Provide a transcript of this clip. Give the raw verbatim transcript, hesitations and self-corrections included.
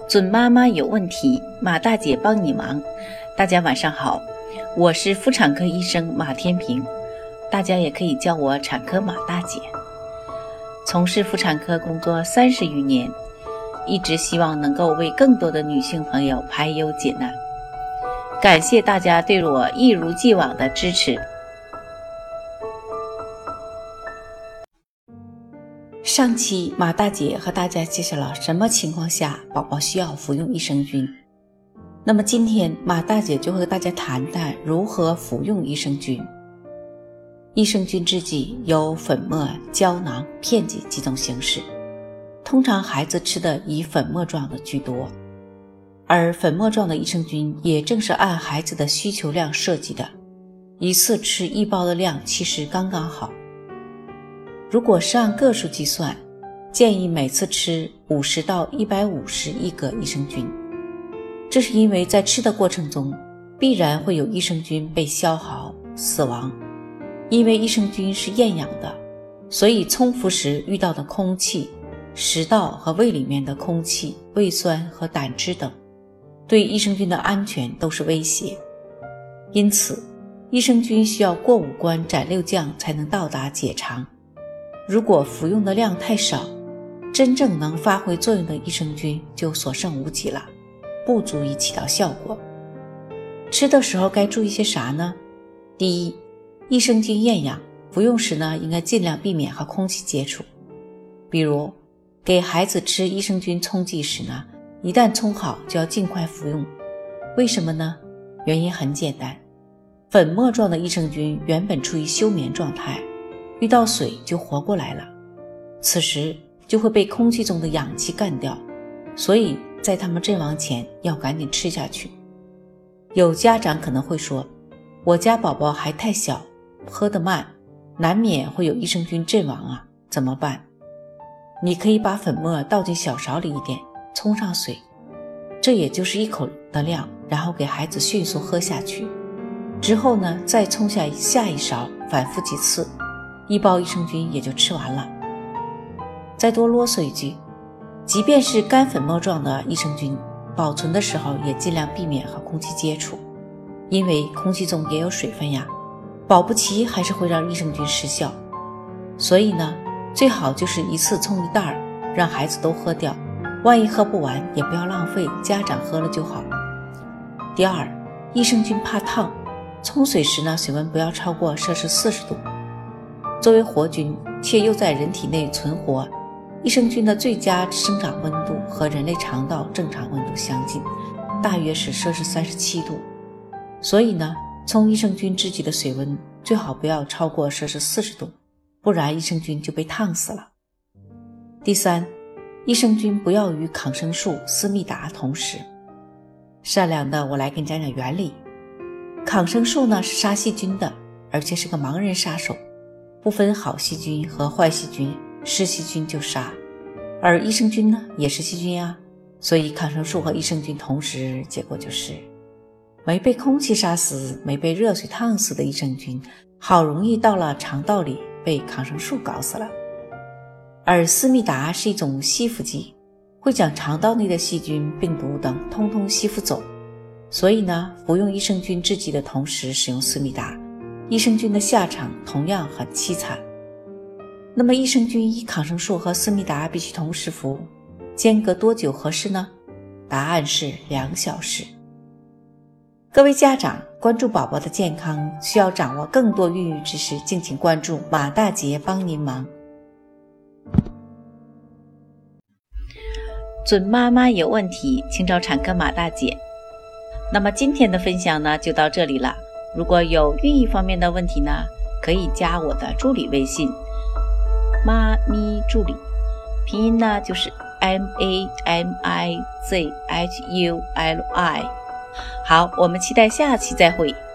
准妈妈有问题，马大姐帮你忙。大家晚上好，我是妇产科医生马天平，大家也可以叫我产科马大姐。从事妇产科工作三十余年，一直希望能够为更多的女性朋友排忧解难。感谢大家对我一如既往的支持。上期马大姐和大家介绍了什么情况下宝宝需要服用益生菌，那么今天马大姐就和大家谈谈如何服用益生菌。益生菌制剂有粉末、胶囊、片剂几种形式，通常孩子吃的以粉末状的居多，而粉末状的益生菌也正是按孩子的需求量设计的，一次吃一包的量其实刚刚好。如果是按个数计算，建议每次吃五十到一百五十亿个益生菌。这是因为在吃的过程中必然会有益生菌被消耗死亡，因为益生菌是厌氧的，所以空腹时遇到的空气、食道和胃里面的空气、胃酸和胆汁等对益生菌的安全都是威胁。因此益生菌需要过五关斩六将才能到达结肠，如果服用的量太少，真正能发挥作用的益生菌就所剩无几了，不足以起到效果。吃的时候该注意些啥呢？第一，益生菌厌氧，服用时呢应该尽量避免和空气接触。比如给孩子吃益生菌冲剂时呢，一旦冲好就要尽快服用。为什么呢？原因很简单，粉末状的益生菌原本处于休眠状态，遇到水就活过来了，此时就会被空气中的氧气干掉，所以在它们阵亡前要赶紧吃下去。有家长可能会说，我家宝宝还太小，喝得慢，难免会有益生菌阵亡啊，怎么办？你可以把粉末倒进小勺里一点，冲上水，这也就是一口的量，然后给孩子迅速喝下去。之后呢，再冲下下一勺，反复几次，一包益生菌也就吃完了。再多啰嗦一句，即便是干粉末状的益生菌，保存的时候也尽量避免和空气接触，因为空气中也有水分呀，保不齐还是会让益生菌失效。所以呢，最好就是一次冲一袋，让孩子都喝掉，万一喝不完也不要浪费，家长喝了就好。第二，益生菌怕烫，冲水时呢，水温不要超过摄氏四十度。作为活菌，却又在人体内存活，益生菌的最佳生长温度和人类肠道正常温度相近，大约是摄氏三十七度。所以呢，冲益生菌制剂的水温最好不要超过摄氏四十度，不然益生菌就被烫死了。第三，益生菌不要与抗生素、思密达同时。善良的我来给你讲讲原理。抗生素呢是杀细菌的，而且是个盲人杀手，不分好细菌和坏细菌，是细菌就杀。而益生菌呢也是细菌啊，所以抗生素和益生菌同时，结果就是没被空气杀死、没被热水烫死的益生菌，好容易到了肠道里被抗生素搞死了。而思密达是一种吸附剂，会将肠道内的细菌、病毒等通通吸附走。所以呢，服用益生菌制剂的同时使用思密达，益生菌的下场同样很凄惨。那么益生菌与抗生素和思密达必须同时服，间隔多久合适呢？答案是两小时。各位家长，关注宝宝的健康，需要掌握更多孕育知识，敬请关注马大姐帮您忙。准妈妈有问题，请找产科马大姐。那么今天的分享呢就到这里了，如果有孕育方面的问题呢，可以加我的助理微信妈咪助理，拼音呢就是 M A M I Z H U L I。 好，我们期待下期再会。